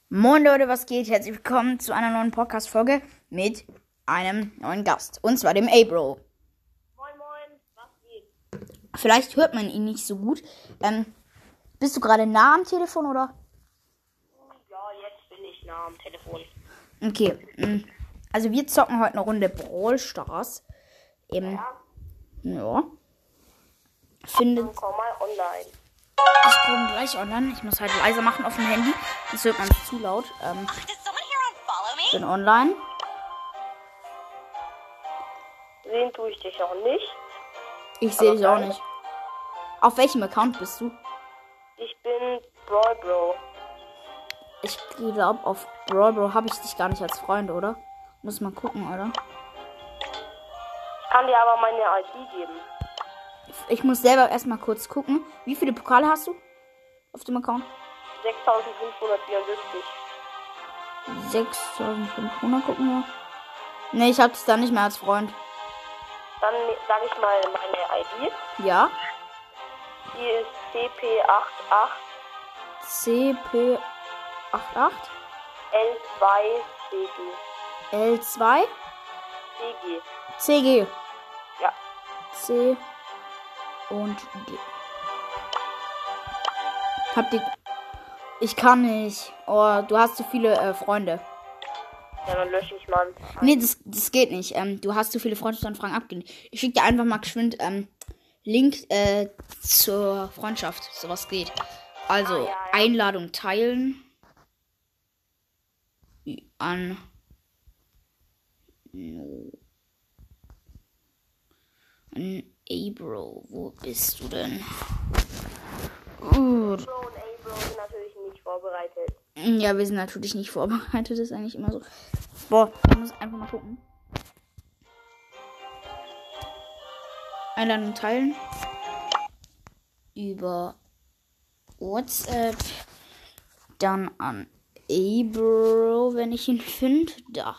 Moin Leute, was geht? Herzlich willkommen zu einer neuen Podcast-Folge mit einem neuen Gast. Und zwar dem A-Bro. Moin Moin, was geht? Vielleicht hört man ihn nicht so gut. Bist du gerade nah am Telefon, oder? Ja, jetzt bin ich nah am Telefon. Okay. Also wir zocken heute eine Runde Brawl Stars. Ja. Dann komm mal online. Ich komme gleich online. Ich muss halt leiser machen auf dem Handy. Das hört man zu laut. Bin online. Sehen tue ich dich noch nicht. Ich sehe Aber dich auch geil. nicht. Auf welchem Account bist du? Ich bin Brawl Bro. Ich glaube, auf Brawl Bro habe ich dich gar nicht als Freund, oder? Muss mal gucken, oder? Ich kann dir aber meine ID geben. Ich muss selber erstmal kurz gucken. Wie viele Pokale hast du auf dem Account? 6574. 6500 gucken wir. Ne, ich habe dich da nicht mehr als Freund. Dann sage ich mal meine ID. Ja. Die ist CP88 CP88 L2 CG. L2 CG. CG. Ja. C und G. Ich kann nicht. Oh, du hast zu viele Freunde. Ja, dann lösche ich mal. Nee, das geht nicht. Du hast zu viele Freundschaftsanfragen abgelehnt. Ich schicke dir einfach mal geschwind Link zur Freundschaft. Sowas geht. Also, ja. Einladung teilen. An. A-Bro, wo bist du denn? Gut. Bro und A-Bro sind natürlich nicht vorbereitet. Ja, wir sind natürlich nicht vorbereitet. Das ist eigentlich immer so. Boah, ich muss einfach mal gucken. Einladung teilen. Über WhatsApp. Dann an A-Bro, wenn ich ihn finde. Da.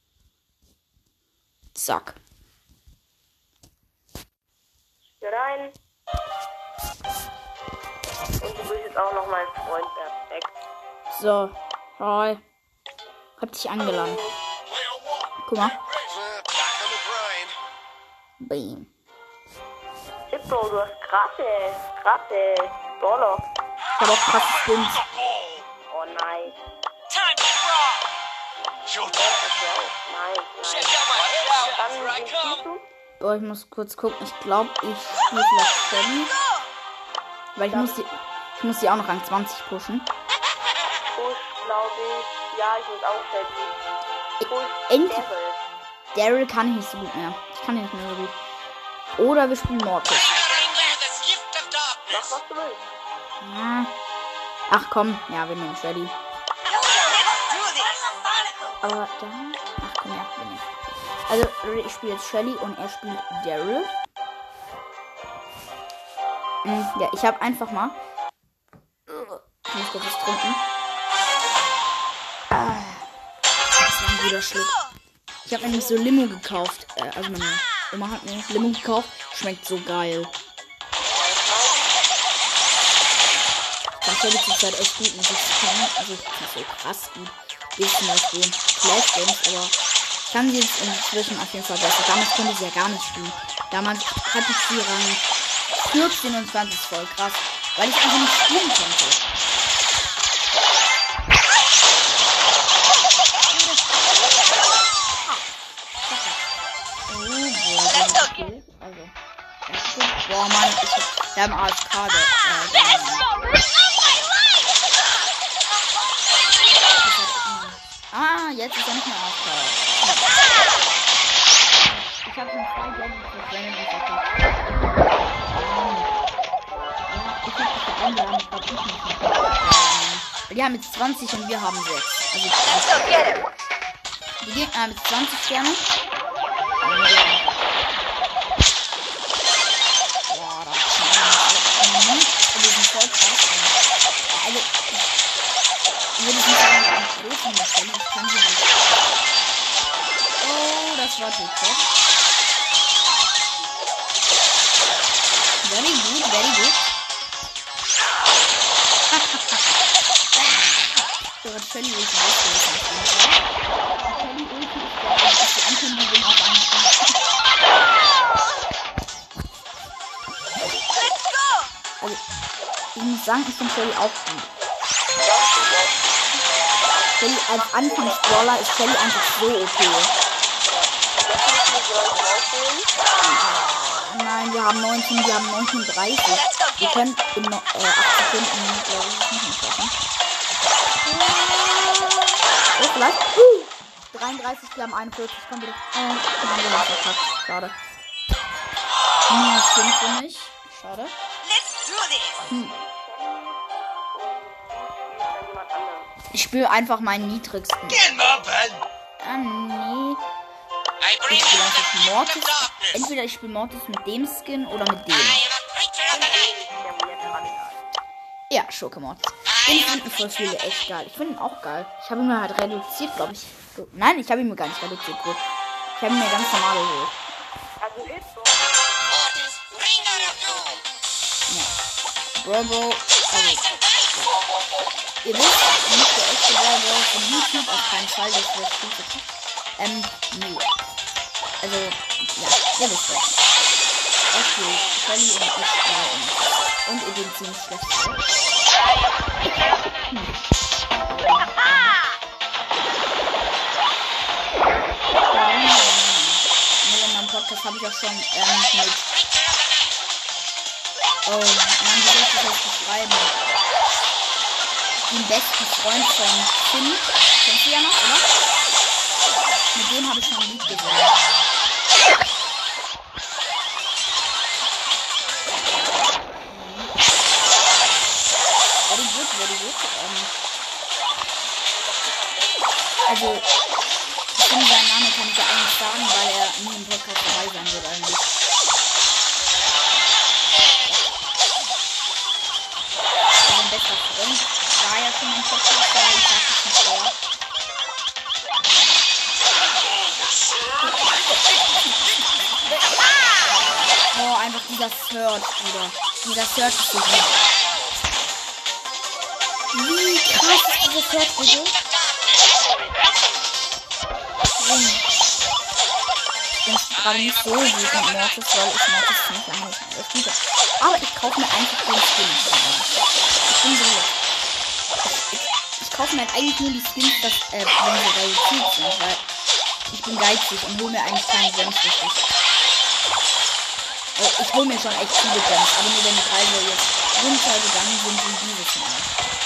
Zack. Hier rein. Und du bist jetzt auch noch mein Freund, perfekt. So. Hi. Hab dich eingeladen. Guck mal. Bam. Bro, du hast krasse Brawler. Ich hab auch krasse Skins. Oh nein. Time to brawl! Nein. Check out my headshot. Dann Here I wie come! spielst du? Boah, ich muss kurz gucken. Ich glaube, ich spiele vielleicht Shelly. Weil ich muss die auch noch Rang 20 pushen. Push, glaube ich. Ja, ich muss auch Shelly. Push, Endlich. Daryl. Daryl kann ich nicht so gut mehr. Ich kann ihn nicht mehr so gut. Oder wir spielen Mortis. This gift of Mach, darkness! was du willst. Ja. Ach komm, ja, wir nehmen Shelly. Let's do this! Aber dann. Ach komm, ja, wir nehmen. Also, ich spiele jetzt Shelly und er spielt Daryl. Ja, ich habe einfach mal. Ich muss kurz was trinken. Das war ein guter Schluck. Ich habe nämlich so Limo gekauft. Also meine Oma hat mir Limo gekauft. Schmeckt so geil. Das hätte ich halt echt gut mit sich kennen. Also nicht so krass gut. Wie zum Beispiel Flash Games, aber ich kann sie jetzt inzwischen auf jeden Fall besser. Damals konnte ich sie ja gar nicht spielen. Damals hatte ich sie Rang 14 und 20 voll krass. Weil ich einfach nicht spielen konnte. Boah, Mann, wir haben AFK. Jetzt ist er nicht mehr AFK. Ich habe schon 2 Gadgets verschwendet und verkauft. Ich habe dich ja eingeladen, ich glaube nicht. Die haben jetzt 20 und wir haben 6. Also die Gegner mit 20 Sternen. Boah, da ist die sind voll krass. Also, ich würde nicht sagen, dass ich großen Stelle. Ich kann sie nicht. Oh, das war TikTok. Very good, very good. gerade Shelly Ulti ausgelassen. Shelly Ulti ist der die Ankündigung auf einen Punkt. Also, ich muss sagen, ich finde Shelly auch gut. Shelly als Anfangsbrawler ist Shelly einfach so okay. Nein, wir haben 19, wir haben 19:30. Wir können in 8 Sekunden, glaube ich, nicht mehr schaffen. Oh, vielleicht. 33, wir haben 41. Komm bitte. Nein, wir haben verkackt. Schade. -5 für mich. Schade. Ich spiele einfach meinen niedrigsten. Nee. Ich spiele einfach Mortis. Entweder ich spiele Mortis mit dem Skin oder mit dem. Ja, Schurke Mortis. Den finden voll viele echt geil. Ich finde ihn auch geil. Ich habe ihn mir halt reduziert, glaube ich. Nein, ich habe ihn mir gar nicht reduziert. Gut. Ich habe ihn mir ganz normal geholt. Ja. Bravo. Also. Ihr wisst, nicht der echte Bravo von YouTube. Auf keinen Fall, das wird viel zu gut. Nee. Also, ja, ihr wisst das. Okay, Shelly und ich und ihr bin ziemlich schlecht. In meinem Podcast habe ich auch schon mit oh, Mann, wie soll ich das jetzt beschreiben? Den besten Freund von Finn. Kennst du ja noch, oder? Mit dem habe ich schon ein Lied gesungen. Very good. Also, ich finde, seinen Namen kann ich ja eigentlich sagen, weil er nie im Podcast dabei sein wird eigentlich. Mein bester Freund war ja schon im Podcast, aber ich sag es nicht vor. Oh, einfach dieser Search, Bruder. Dieser Search ist so gut. Wie krass ist diese Search, bitte? Ich bin gerade nicht so gut mit Mortis, weil ich Mortis nicht lange spiele. Aber ich kaufe mir einfach den Skin. Ich bin so. Ich kaufe mir halt eigentlich nur die Skins, wenn sie reduziert sind, weil ich bin geizig und hole mir eigentlich keine Gems richtig. Ich hole mir schon echt viele Gems, aber nur wenn die Preise jetzt runtergegangen sind wie dieses Mal.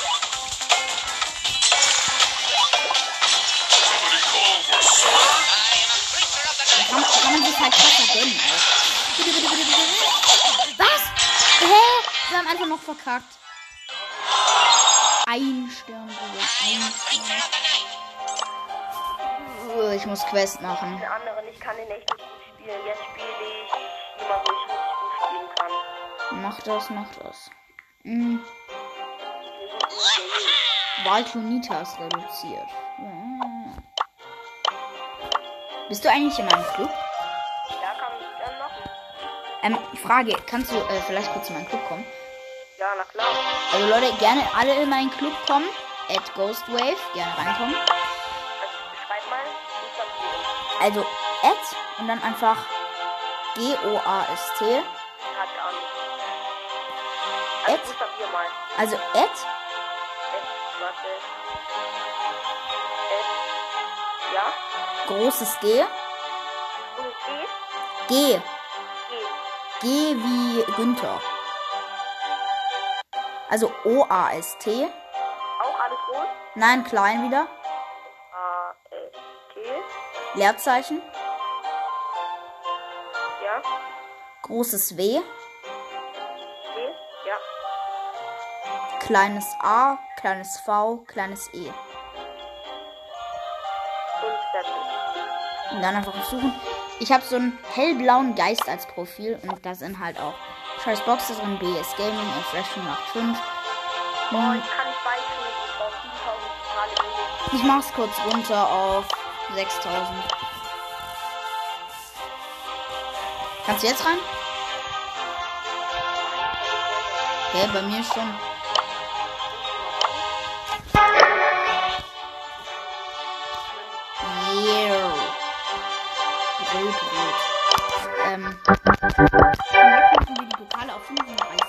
Kann man sich halt krasser gönnen, Alter. Bitte, bitte, bitte, bitte. Was? Hä? Wir haben einfach noch verkackt. Ein Stern, Bruder. Ein Stern. Ich muss Quest machen. Der andere, ich kann den echt nicht gut spielen. Jetzt spiele ich immer, wo ich richtig gut spielen kann. Mach das. Valtonita ist reduziert. Ja. Bist du eigentlich in meinem Club? Ja, kann ich gerne machen. Frage, kannst du vielleicht kurz in meinen Club kommen? Ja, na klar. Also Leute, gerne alle in meinen Club kommen. @Ghostwave, gerne reinkommen. Also, schreib mal, also und dann einfach GOAST. Hat gar nicht. Also, buchstabier mal. Also warte. Ja? Großes G. Und G. G wie Günther. Also OAST. Auch alles groß? Nein, klein wieder. AST. Leerzeichen. Ja. Großes W. W. Ja. Kleines A, kleines V, kleines E. Und fertig. Und dann einfach suchen. Ich habe so einen hellblauen Geist als Profil und da sind halt auch scheiß Boxes drin, BS Gaming, Refreshing 85. Ich kann nicht beitreten. Ich brauche 7000 totale Minuten. Ich mach's kurz runter auf 6000. Kannst du jetzt rein? Okay, bei mir schon. 35.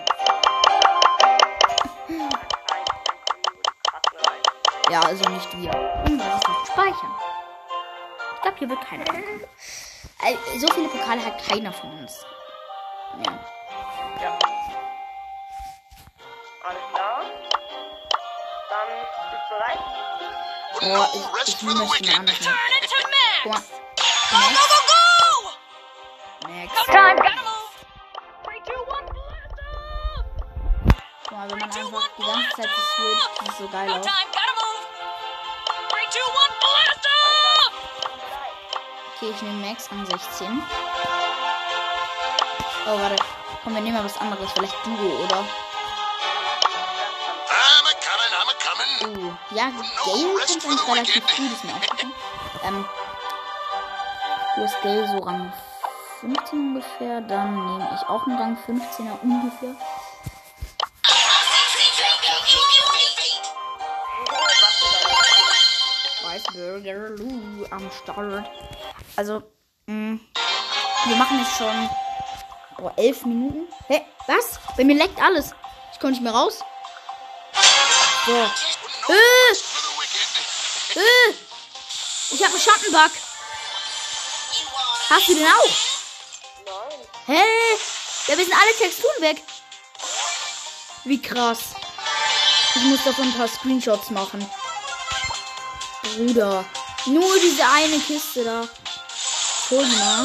Ja, also nicht wir. Was ist noch speichern? Ich glaube, hier wird keiner ankommen. So viele Pokale hat keiner von uns. Ja. Ja. Alles klar. Dann bist du bereit? Oh, ich nehme es mir an. Turn it to Guck Max. mal. Go, go, go, go! Max. Time, gotta move. 3, 2, 1, blast off! Guck mal, wenn man einfach die ganze Zeit das switcht, sieht es so geil No aus. time, gotta move. 3, 2, 1, blast off! Okay, ich nehme Max an 16. Oh, warte. Komm, wir nehmen mal was anderes. Vielleicht Duo, oder? I'm a coming. Ja, Gale kommt eigentlich relativ früh, das ist mir aufgefallen. Du hast Gale so Rang 15 ungefähr. Dann nehme ich auch einen Rang 15er ungefähr. Weißburger Lou am Start. Also, wir machen jetzt schon 11 Minuten. Hä? Was? Bei mir leckt alles. Ich komme nicht mehr raus. So. Ich habe einen Schattenbug. Hast du den auch? Nein. Hä? Ja, wir sind alle Texturen weg. Wie krass. Ich muss davon ein paar Screenshots machen. Bruder. Nur diese eine Kiste da. Hol die mal.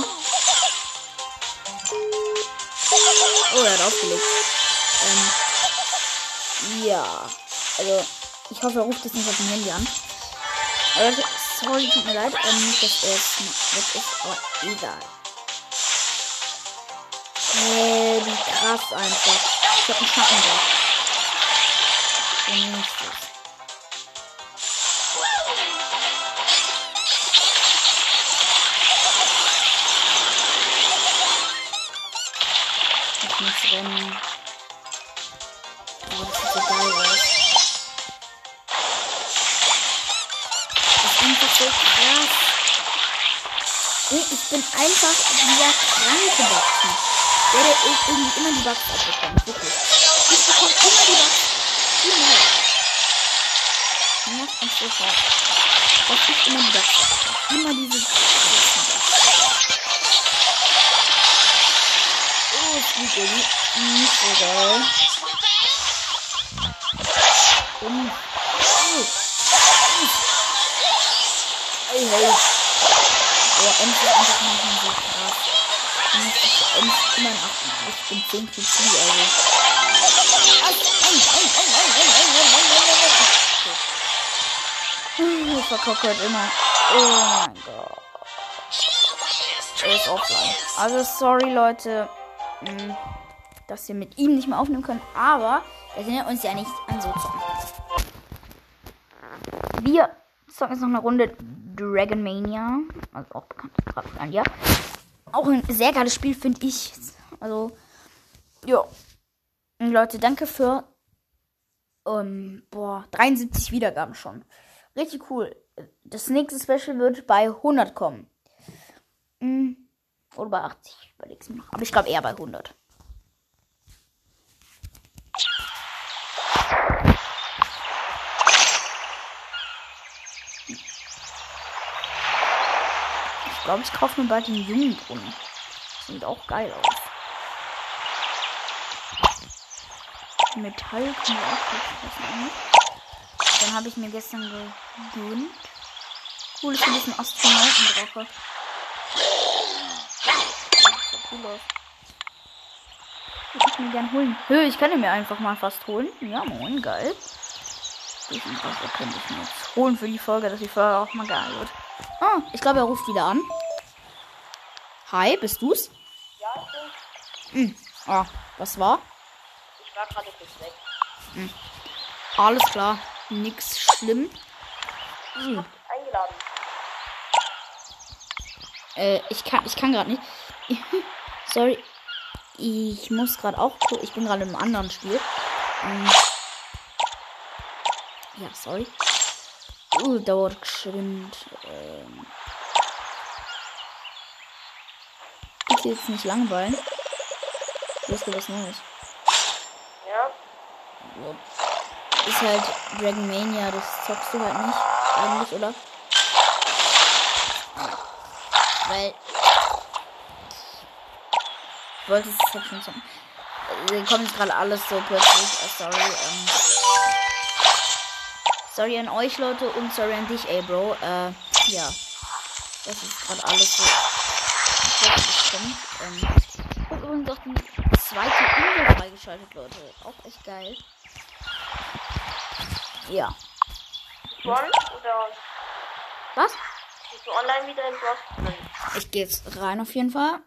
Oh, er hat aufgelegt. Ja. Also, ich hoffe, er ruft das nicht auf dem Handy an. Aber sorry, tut mir leid, nicht, dass er es weg ist, aber egal. Wie krass einfach. Ich hab einen Schattenbug. So nächstes. Ich muss rennen. Oh, das sieht so geil aus. Das ist einfach so krass. Ich bin einfach dieser kranke Boxen. Der irgendwie immer die Bugs abbekommt. Wirklich. Ich bekomme immer die Bugs. Immer. Macht mich so hart. Das ist immer die Bugs abbekommt. Immer diese Bugs. Oh, es liegt irgendwie nicht so geil. Hey. Oh, endlich einfach machen so krass. Ich immer ein 8. Ich bin 10 zu 10, also. Ich verkaufe halt immer. Oh mein Gott. Er ist offline. Also sorry Leute, dass wir mit ihm nicht mehr aufnehmen können, aber wir sind ja uns ja nicht an so zocken. Wir zocken jetzt noch eine Runde Dragon Mania, also auch bekannt als ja. Auch ein sehr geiles Spiel, finde ich. Also, ja. Leute, danke für 73 Wiedergaben schon. Richtig cool. Das nächste Special wird bei 100 kommen. Oder bei 80, ich überleg's mir noch. Aber ich glaube eher bei 100. Ich glaube, ich kaufe mir bald den Jungbrunnen. Sieht auch geil aus. Metall können wir auch gut. Dann habe ich mir gestern gegönnt. Cool, dass ich ein bisschen Astronauten brauche. Das sieht cool aus. Würde ich mir gern holen. Ich kann ihn mir einfach mal fast holen. Ja, moin, geil. Das könnte ich mir jetzt holen für die Folge, dass die Folge auch mal geil wird. Oh, ich glaube, er ruft wieder an. Hi, bist du's? Ja, ich bin. Was war? Ich war gerade kurz weg. Alles klar, nix schlimm. Eingeladen. Ich kann gerade nicht. Sorry. Ich muss gerade auch. Ich bin gerade im anderen Spiel. Ja, sorry. Dauert geschwind. Bitte jetzt nicht langweilen. Wisst ihr was Neues? Ja. Ja. Ist halt Dragon Mania, das zockst du halt nicht, eigentlich, oder? Weil. Ich wollte es halt schon zocken. Kommt jetzt gerade alles so plötzlich. Sorry. Sorry an euch, Leute, und sorry an dich, ey, Bro. Ja. Das ist gerade alles so plötzlich kommt. Ich hab übrigens auch die zweite Insel freigeschaltet, Leute. Auch echt geil. Ja. Schon? Oder Was? bist du online wieder in Bros? Ich gehe jetzt rein auf jeden Fall.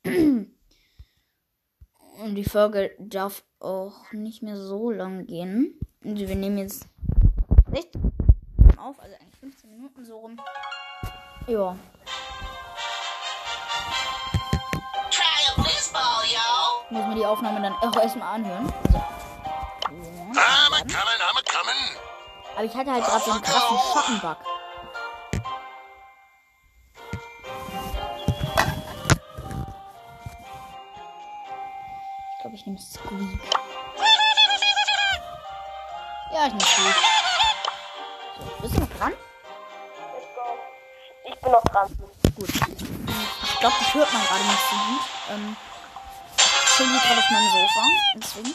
Und die Folge darf auch nicht mehr so lang gehen. Und wir nehmen jetzt nicht auf, also eigentlich 15 Minuten so rum. Ja. Muss mir die Aufnahme dann auch erstmal anhören. So. Ja, aber ich hatte halt gerade so einen krassen Schattenbug. Ich glaube, ich nehme Squeak. Ja, ich nehme Squeak. So, bist du noch dran? Let's go. Ich bin noch dran. Gut. Ich glaube, das hört man gerade nicht so gut. Ich chill hier gerade auf meinem Sofa. Deswegen.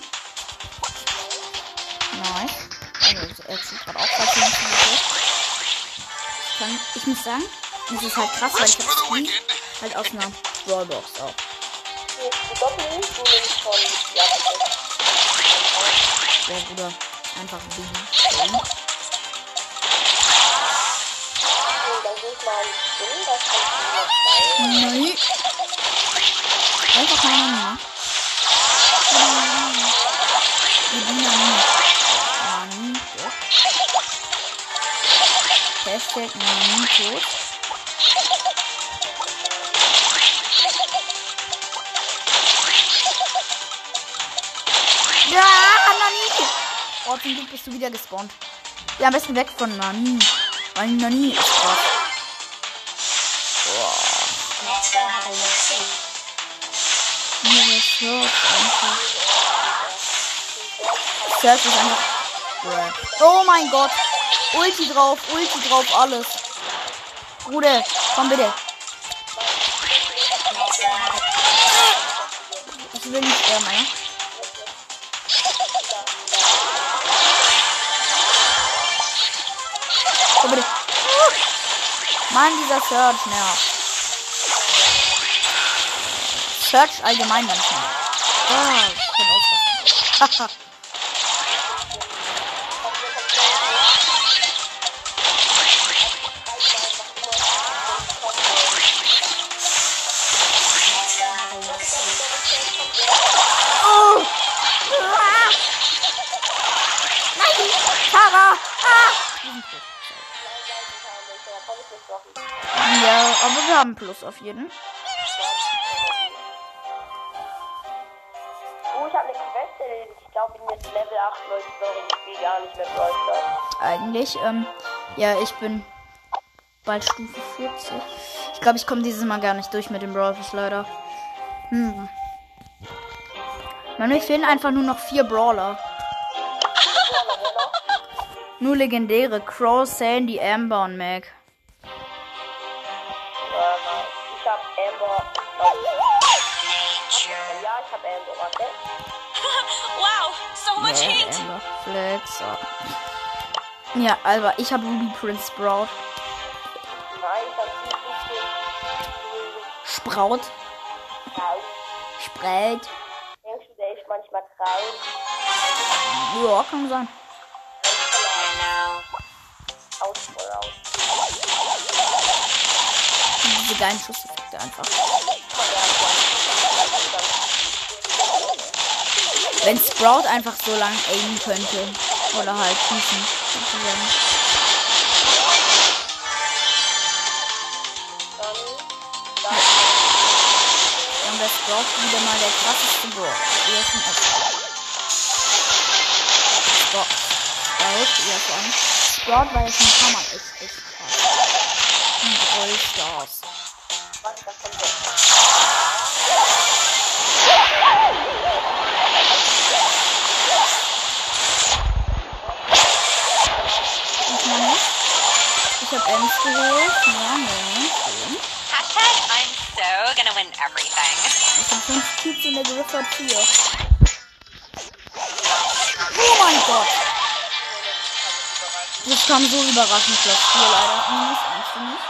Nice. Also, er zieht gerade auch gerade nicht so gut. Ich muss sagen, das ist halt krass, weil ich habe Squeak halt aus einer Brawlbox auch. Die Doppel-U, du nimmst von Der Bruder einfach Baby. dann such mal einen Skin, das kannst du noch Nein. Einfach keine mehr. Nani. Hashtag Nani tot. Ja, Nani! Oh, zum Glück bist du wieder gespawnt. Ja, am besten weg von Nani. Weil Nani ist krass. Search ist einfach. Oh mein Gott. Ulti drauf, alles. Bruder, komm bitte. Ich will nicht sterben, ja? Komm bitte. Mann, dieser Search nervt. Search allgemein manchmal. Ich kann aufpassen. Tara! Ja, aber wir haben Plus auf jeden. Oh, ich habe eine Quest erledigt. Ich glaube, ich bin jetzt Level 8, Leute. Sorry, ich spiele gar nicht mehr Brawl Stars. Eigentlich, ja, ich bin bald Stufe 40. Ich glaube, ich komme dieses Mal gar nicht durch mit dem Brawl Pass, leider. Mann, mir fehlen einfach nur noch 4 Brawler. Nur legendäre. Crow, Sandy, Amber und Meg. Ich hab Amber. Ja, ich hab Amber, warte. Wow, so much heat. Amber, Flex. Ja, aber ich habe Ruby Prince Sprout. Nein, ich hab Sprout. Sprout. Denkst du, der ist manchmal traurig? Ja, kann sein. Voll aus. Diese geilen Schusseffekte einfach. Wenn Sprout einfach so lang aimen könnte. Oder halt schießen. Dann wäre Sprout wieder mal der krasseste Brawler. Sprout war jetzt ein paar Mal echt krass. Brawl Stars. Ich hab Ems geholt. Ja, ne. Hashtag I'm so gonna win everything. Ich hab 5 Cubes in der Griffith 4. Oh mein Gott. Das kam so überraschend, Platz 4 leider. Das kannst du nicht.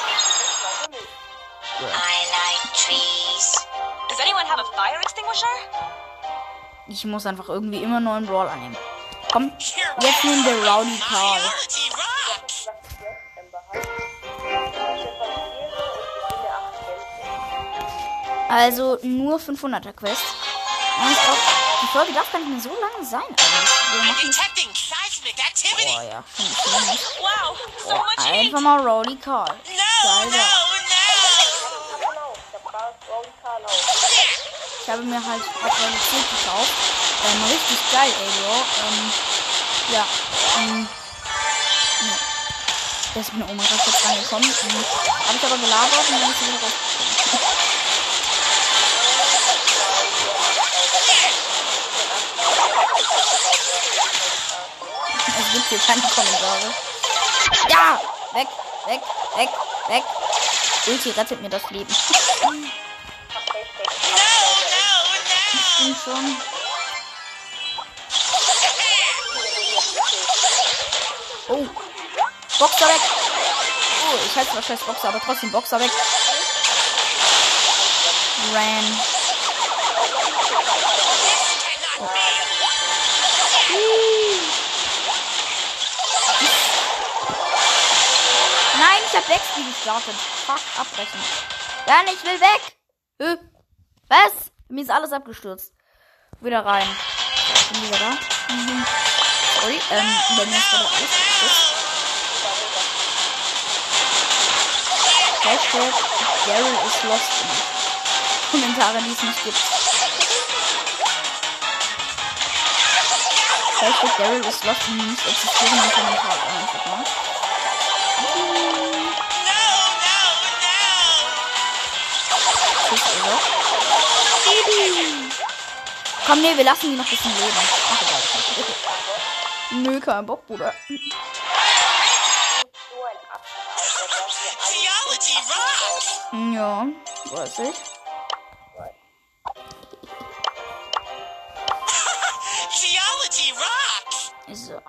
I like trees. Does anyone have a fire extinguisher? Ich muss einfach irgendwie immer einen neuen Brawl annehmen. Komm, jetzt nun der Rowdy Carl. Also nur 500er Quest. Und auch, die Folge darf gar nicht mehr so lange sein. Wir machen oh ja, Wow, so much heat. einfach mal Rowdy Carl. Geil, ja. Ich habe mir halt aktualisiert gekauft. Richtig geil, ey, Bro. Ja. Da ist meine Oma gerade kurz reingekommen. Habe ich aber gelabert und dann ist sie wieder rausgekommen. Es gibt hier keine Kommentare. Ja! Weg, weg, weg, weg. Ulti rettet mir das Leben. Ich bin schon. Oh. Boxer weg. Oh, ich halte zwar scheiß Boxer, aber trotzdem Boxer weg. Ran. Oh. Nein, ich hab 6 gestartet. Fuck, abbrechen. Dann, ich will weg. Was? Mir ist alles abgestürzt. Wieder rein. Ich bin wieder da. Sorry, bei mir ist wieder alles abgestürzt. Hashtag Daryl is lost. Kommentare, die es nicht gibt. Hashtag Daryl is lost in nicht existierenden Kommentare. Einfach mal. Komm, nee, wir lassen die noch ein bisschen leben. Ach, egal. Nö, kein Bock, Bruder. Ja, weiß ich. Geology rocks! So.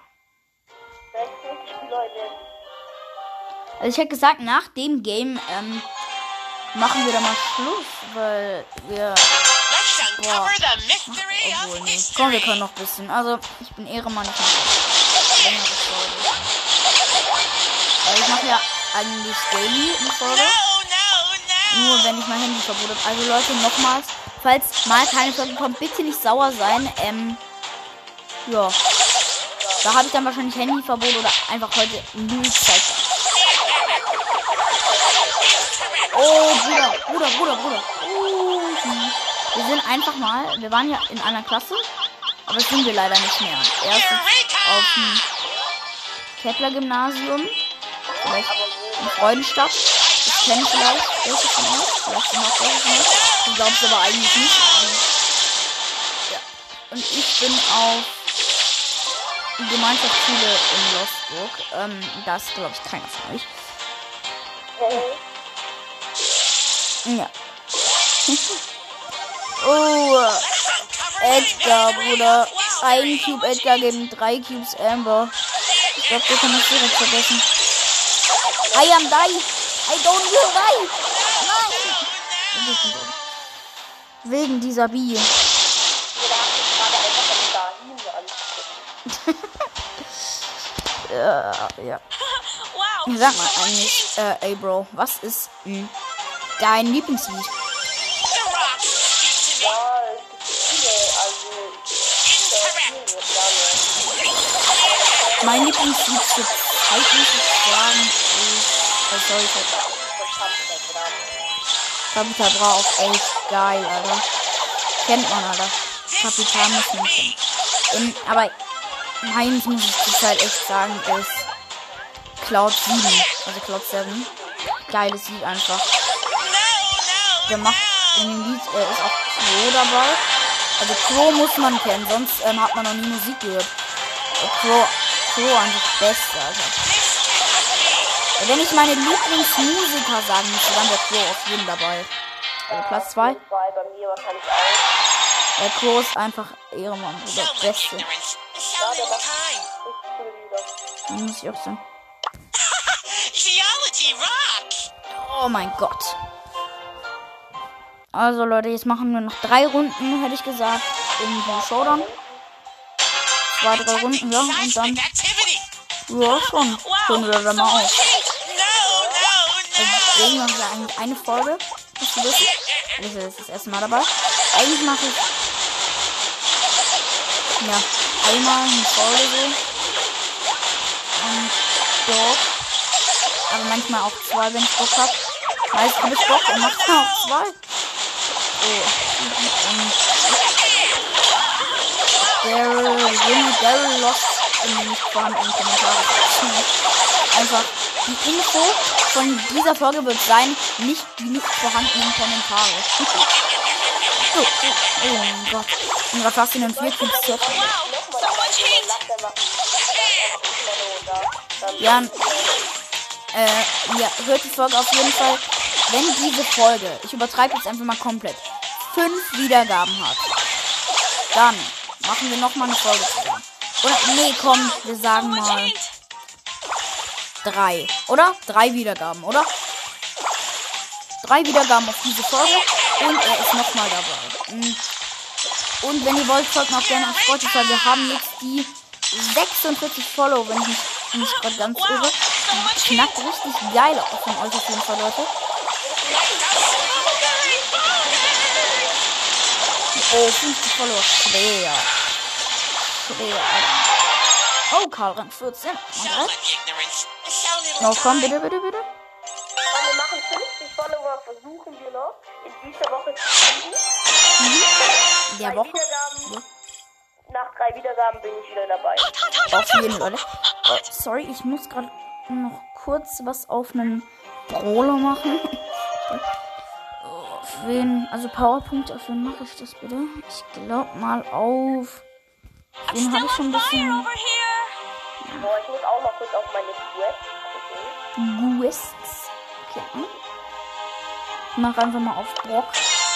Also ich hätte gesagt, nach dem Game machen wir da mal Schluss, weil wir... Boah. Obwohl, nee. Komm, wir können noch ein bisschen. Also, ich bin Ehrenmann. Ich mache ja eigentlich daily eine Folge. Nur wenn ich mein Handy verboten habe. Also Leute, nochmals, falls mal keine Folge kommt, bitte nicht sauer sein. Ja. Da habe ich dann wahrscheinlich Handyverbot oder einfach heute null Zeit. Oh, Bruder. Wir sind einfach mal, wir waren ja in einer Klasse, aber das sind wir leider nicht mehr. Erst auf dem Kepler-Gymnasium, vielleicht in Freudenstadt. Ich kenne vielleicht welche von euch, vielleicht noch welche von euch. Ich glaube es aber eigentlich nicht. Ja. Und ich bin auf Gemeinschaftsschule in Lostburg. Das glaube ich keiner von euch. Ja. Oh, Edgar, Bruder. Ein Cube Edgar gegen 3 Cubes Amber. Ich glaube, wir können das direkt vergessen. I am die. I don't will die. Nein. Wegen dieser Bee. Ja. Sag mal eigentlich, ey Bro, was ist dein Lieblingslied? Mein Lieblingslied für Zeit, muss ich sagen, ist Capital Bra auf echt geil, Alter. Kennt man, Alter. Capital muss man kennen. Aber meins, muss ich zur Zeit echt sagen, ist Cloud 7. Also Cloud 7. Geiles Lied einfach. Der macht in dem Lied, ist auch Flo dabei. Also Crow muss man kennen, sonst hat man noch nie Musik gehört. Crow einfach beste, Alter. Wenn ich meine Lieblingsmusiker sagen müsste, dann wäre Crow auf jeden dabei. Also Platz 2. Bei mir wahrscheinlich auch. Der Crow ist einfach Ehrenmann, der Beste. Ja, der macht richtig coole Lieder. Muss ich auch sagen. Geology rocks! Oh mein Gott. Also Leute, jetzt machen wir noch 3 Runden, hätte ich gesagt, in Blue Showdown. 2, 3 Runden, ja, und dann, ja, schon, können wir dann mal auf. Also deswegen machen wir eigentlich eine Folge, musst du wissen. Das ist das erste Mal dabei. Eigentlich mache ich, ja, einmal eine Folge so. Und dort. Aber manchmal auch 2, wenn ich Bock habe. Meist habe ich Bock und mache dann auch 2. Daryl Lost in nicht vorhandenen Kommentaren. Einfach die Info von dieser Folge wird sein, nicht die nicht vorhandenen Kommentare. Oh mein Gott. Und was hast du denn 4 Kills jetzt? Ja, ja, hört die Folge auf jeden Fall, wenn diese Folge, ich übertreibe jetzt einfach mal komplett, 5 Wiedergaben hat, dann machen wir nochmal eine Folge zusammen. Oder, nee, komm, wir sagen mal 3, oder? 3 Wiedergaben, oder? 3 Wiedergaben auf diese Folge und er ist nochmal dabei. Und wenn ihr wollt, folgt mir auch gerne auf Spotify. Wir haben jetzt die 46 Follow, wenn ich mich nicht gerade ganz irre. Knackt richtig geil auf von euch auf jeden Fall, Leute. Oh, 50 Follower. Schwer. Oh, Karl, Rang 14. No, komm, bitte. Wir machen 50 Follower, versuchen wir noch in dieser Woche zu kriegen. Der Woche? Ja. Nach 3 Wiedergaben bin ich wieder dabei. Auf jeden Fall. Oh, sorry, ich muss gerade noch kurz was auf einen Brawler machen. Auf wen, also Powerpunkt, auf wen mache ich das bitte? Ich glaube mal auf. Den habe ich schon ein bisschen. Boah, ich muss auch mal kurz auf meine Quests gucken. Quests. Okay. Ich mache einfach mal auf Brock.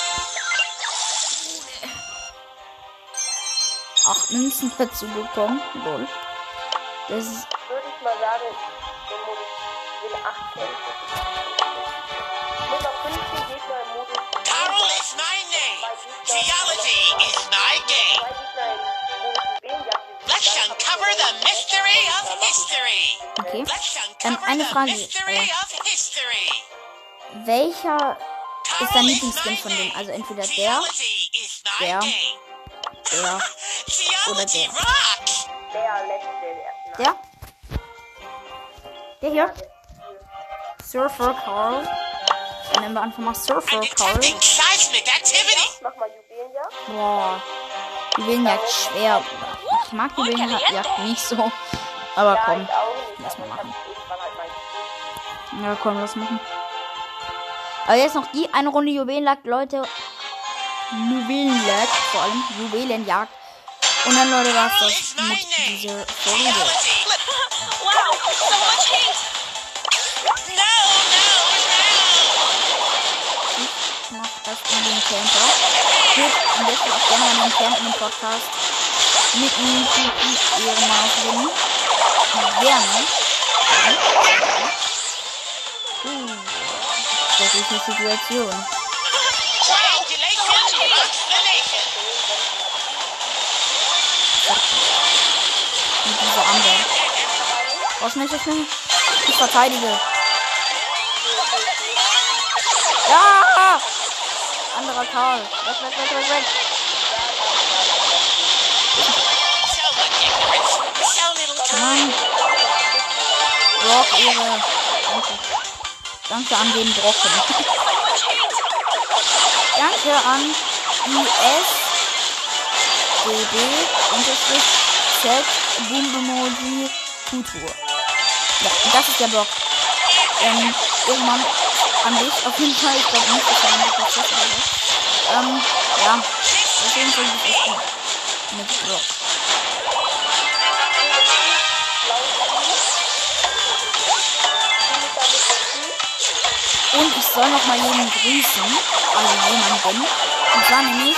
8 Münzen dazu bekommen. Lol. Das ist. Würde ich mal sagen, den Modus will 8 Kämpfe. Ich muss auf 15 Gegner im Modus. Carol is my name. Geology is my game. 2 Gegner im Modus Juwelenjagd. Let's uncover the mystery of history. Okay. Let's uncover Eine the Frage. mystery of history. Welcher ist dein Lieblingsskin von denen? Also entweder der, Geology is my der, game. der oder Geology der. rocks. Der letzte, der erste. Der? Der hier? Surfer Carl. Dann nehmen wir einfach mal Surfer I'm Carl. detecting seismic activity. Mach mal Juwelenjagd. Boah. Juwelenjagd schwer, Bruder. Ich mag Juwelenjagd nicht so. Aber Ja, komm. ich auch nicht. Lass mal aber machen. ich hab irgendwann halt mal gespielt. Ja, komm, lass machen. Aber jetzt noch die eine Runde Juwelenjagd, Leute. Juwelenjagd, vor allem Juwelenjagd. Und dann, Leute, war's Carol das is my mit name. dieser Folge. Geology. Wow, so much heat. No. Ich mach das in den Camper. Gut, und jetzt auch gerne mal den Camp in den Podcast. Mit einem guten Ehrenmann aufnehmen. Gerne. Das ist die Situation. Triangulation rocks the nation. Mit dieser Amber. Was möchte ich denn? Ich verteidige. Ja! Anderer Karl. Weg. So much ignorance. So little time. Mann. Brock, Ehre. Danke an den Brocken. Danke an ISDB-Z Boom-Emoji Tutur. Ja, und das ist der Block. Irgendwann an dich auf jeden Fall. Ich glaube nicht, dass er an dich was ja. Deswegen soll ich echt gut. Mit Block. Und ich soll noch mal jeden grüßen. Also jemanden. Und zwar nämlich.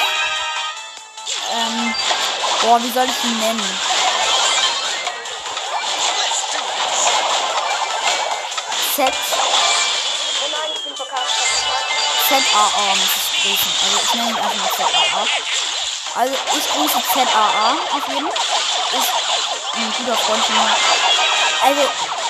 Boah, wie soll ich ihn nennen? ZAA muss ich grüßen. Also ich nenne ihn einfach mal ZAA. Also ich grüße ZAA auf jeden Fall. Ist ein guter Freund von mir. Also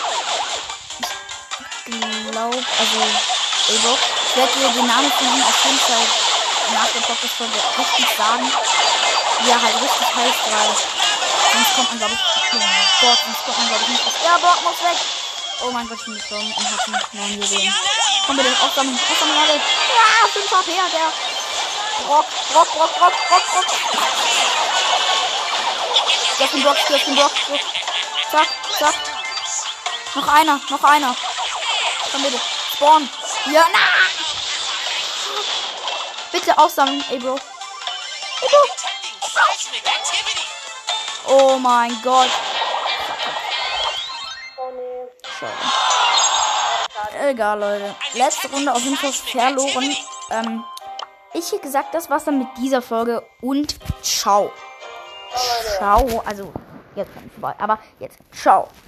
ich glaube, also ich werde dir den Namen von ihm auf jeden Fall nach der Podcast-Folge richtig sagen, wie er halt richtig heißt, weil sonst kommt man glaube ich, nicht auf. Ja, Brock muss weg. Oh mein Gott, ich bin gestorben und hab einen neuen Juwelen. Komm bitte, aufsammeln alle. Ja, 5 HP hat der. Brock. Stürzt den Brock. Zack. Noch einer. Komm bitte. Spawn. Ja, na! Bitte aufsammeln, ey, Bro. Oh mein Gott. Egal, Leute. Letzte Runde auf jeden Fall verloren. Ich hätte gesagt, das war's dann mit dieser Folge und ciao. Ciao. Also, jetzt kommt vorbei. Aber jetzt, ciao.